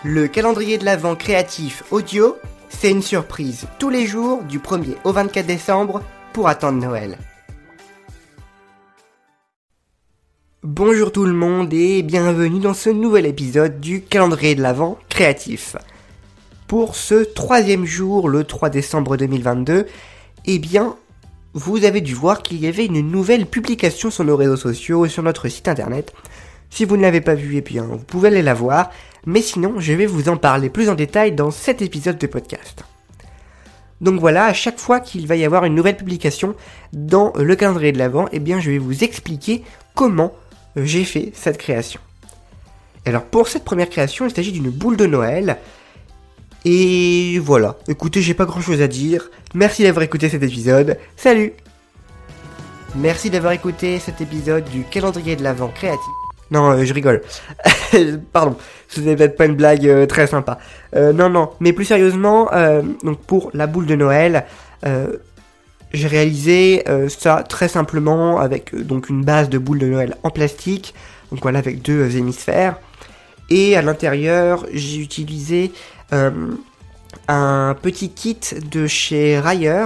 Le calendrier de l'Avent créatif audio, c'est une surprise tous les jours du 1er au 24 décembre pour attendre Noël. Bonjour tout le monde et bienvenue dans ce nouvel épisode du calendrier de l'Avent créatif. Pour ce troisième jour, le 3 décembre 2022, eh bien, vous avez dû voir qu'il y avait une nouvelle publication sur nos réseaux sociaux et sur notre site internet. Si vous ne l'avez pas vue, eh bien, vous pouvez aller la voir, mais sinon, je vais vous en parler plus en détail dans cet épisode de podcast. Donc voilà, à chaque fois qu'il va y avoir une nouvelle publication dans le calendrier de l'Avent, eh bien, je vais vous expliquer comment j'ai fait cette création. Alors, pour cette première création, il s'agit d'une boule de Noël. Et voilà, écoutez, j'ai pas grand chose à dire. Merci d'avoir écouté cet épisode. Salut! Merci d'avoir écouté cet épisode du calendrier de l'Avent créatif. Non, je rigole. Pardon, ce n'est peut-être pas une blague très sympa. Non, mais plus sérieusement, donc pour la boule de Noël, j'ai réalisé ça très simplement avec donc une base de boule de Noël en plastique, donc voilà, avec deux hémisphères. Et à l'intérieur, j'ai utilisé un petit kit de chez Rayer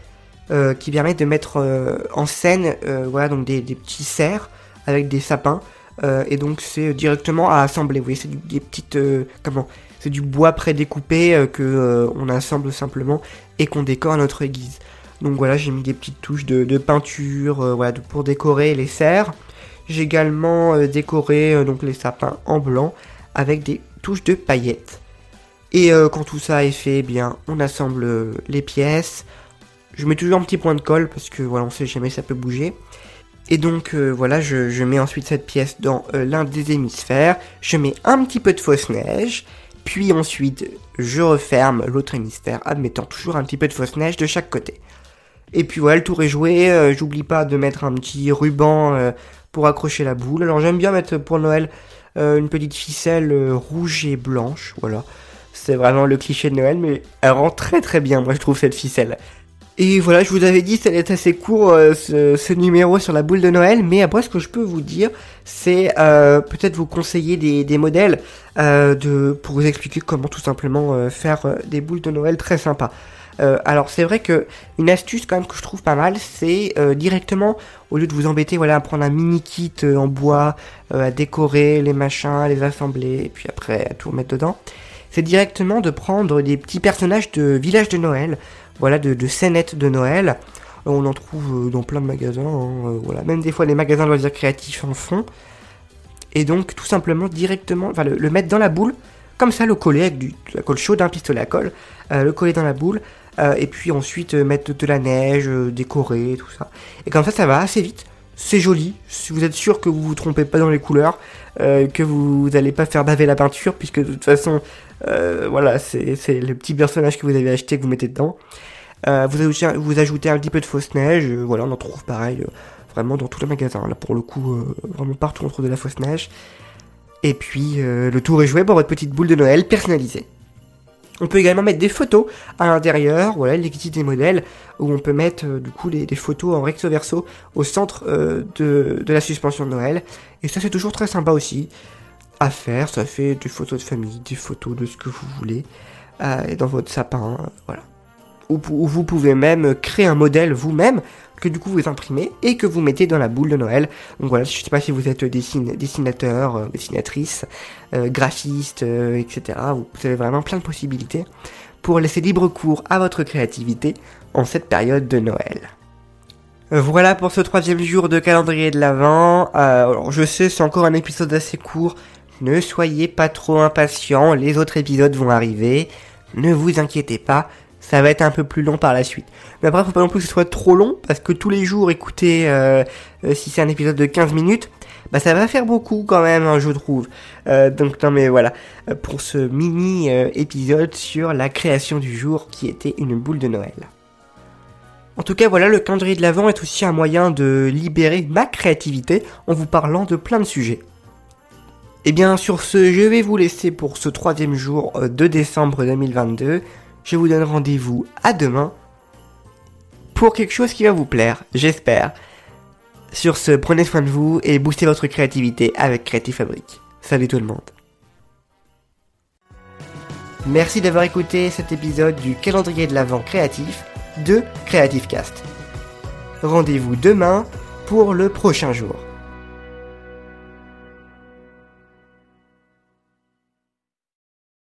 qui permet de mettre en scène voilà, donc des petits cerfs avec des sapins. Et donc c'est directement à assembler. Vous voyez, c'est des petites c'est du bois prédécoupé que on assemble simplement et qu'on décore à notre guise. Donc voilà, j'ai mis des petites touches de peinture voilà, pour décorer les cerfs. J'ai également décoré donc les sapins en blanc avec des touches de paillettes. Et quand tout ça est fait, eh bien on assemble les pièces. Je mets toujours un petit point de colle parce que voilà, on sait jamais, ça peut bouger. Et donc voilà, je mets ensuite cette pièce dans l'un des hémisphères, je mets un petit peu de fausse neige, puis ensuite je referme l'autre hémisphère, admettant toujours un petit peu de fausse neige de chaque côté. Et puis voilà, le tour est joué, j'oublie pas de mettre un petit ruban pour accrocher la boule. Alors j'aime bien mettre pour Noël une petite ficelle rouge et blanche, voilà. C'est vraiment le cliché de Noël, mais elle rend très très bien, moi je trouve, cette ficelle. Et voilà, je vous avais dit, ça allait être assez court ce numéro sur la boule de Noël, mais après ce que je peux vous dire, c'est peut-être vous conseiller des modèles pour vous expliquer comment tout simplement faire des boules de Noël très sympas. Alors c'est vrai que une astuce quand même que je trouve pas mal, c'est directement, au lieu de vous embêter voilà, à prendre un mini kit en bois, à décorer les machins, à les assembler, et puis après à tout remettre dedans, c'est directement de prendre des petits personnages de village de Noël, voilà, de scénettes de Noël. On en trouve dans plein de magasins, voilà, même des fois les magasins de loisirs créatifs en font. Et donc tout simplement directement, le mettre dans la boule, comme ça, le coller avec de la colle chaude, un pistolet à colle, le coller dans la boule, et puis ensuite mettre de la neige, décorer, tout ça. Et comme ça va assez vite, c'est joli, si vous êtes sûr que vous vous trompez pas dans les couleurs, que vous n'allez pas faire baver la peinture, puisque de toute façon, voilà, c'est le petit personnage que vous avez acheté que vous mettez dedans. Vous ajoutez un petit peu de fausse neige, voilà, on en trouve pareil, vraiment dans tous les magasins, là pour le coup, vraiment partout on trouve de la fausse neige. Et puis le tour est joué pour votre petite boule de Noël personnalisée. On peut également mettre des photos à l'intérieur, voilà, les kits des modèles, où on peut mettre du coup des photos en recto verso au centre de la suspension de Noël. Et ça c'est toujours très sympa aussi à faire, ça fait des photos de famille, des photos de ce que vous voulez, dans votre sapin, voilà. Ou vous pouvez même créer un modèle vous-même, que du coup vous imprimez et que vous mettez dans la boule de Noël. Donc voilà, je sais pas si vous êtes dessinateur, dessinatrice, graphiste, etc. Vous avez vraiment plein de possibilités pour laisser libre cours à votre créativité en cette période de Noël. Voilà pour ce troisième jour de calendrier de l'Avent. Alors je sais, c'est encore un épisode assez court. Ne soyez pas trop impatients, les autres épisodes vont arriver. Ne vous inquiétez pas. Ça va être un peu plus long par la suite. Mais après, faut pas non plus que ce soit trop long, parce que tous les jours, écouter, si c'est un épisode de 15 minutes, bah ça va faire beaucoup quand même, hein, je trouve. Donc non mais voilà, pour ce mini épisode sur la création du jour qui était une boule de Noël. En tout cas, voilà, le calendrier de l'Avent est aussi un moyen de libérer ma créativité en vous parlant de plein de sujets. Et bien sur ce, je vais vous laisser pour ce troisième jour de décembre 2022. Je vous donne rendez-vous à demain pour quelque chose qui va vous plaire, j'espère. Sur ce, prenez soin de vous et boostez votre créativité avec Creative Fabric. Salut tout le monde. Merci d'avoir écouté cet épisode du calendrier de l'Avent créatif de Creative Cast. Rendez-vous demain pour le prochain jour.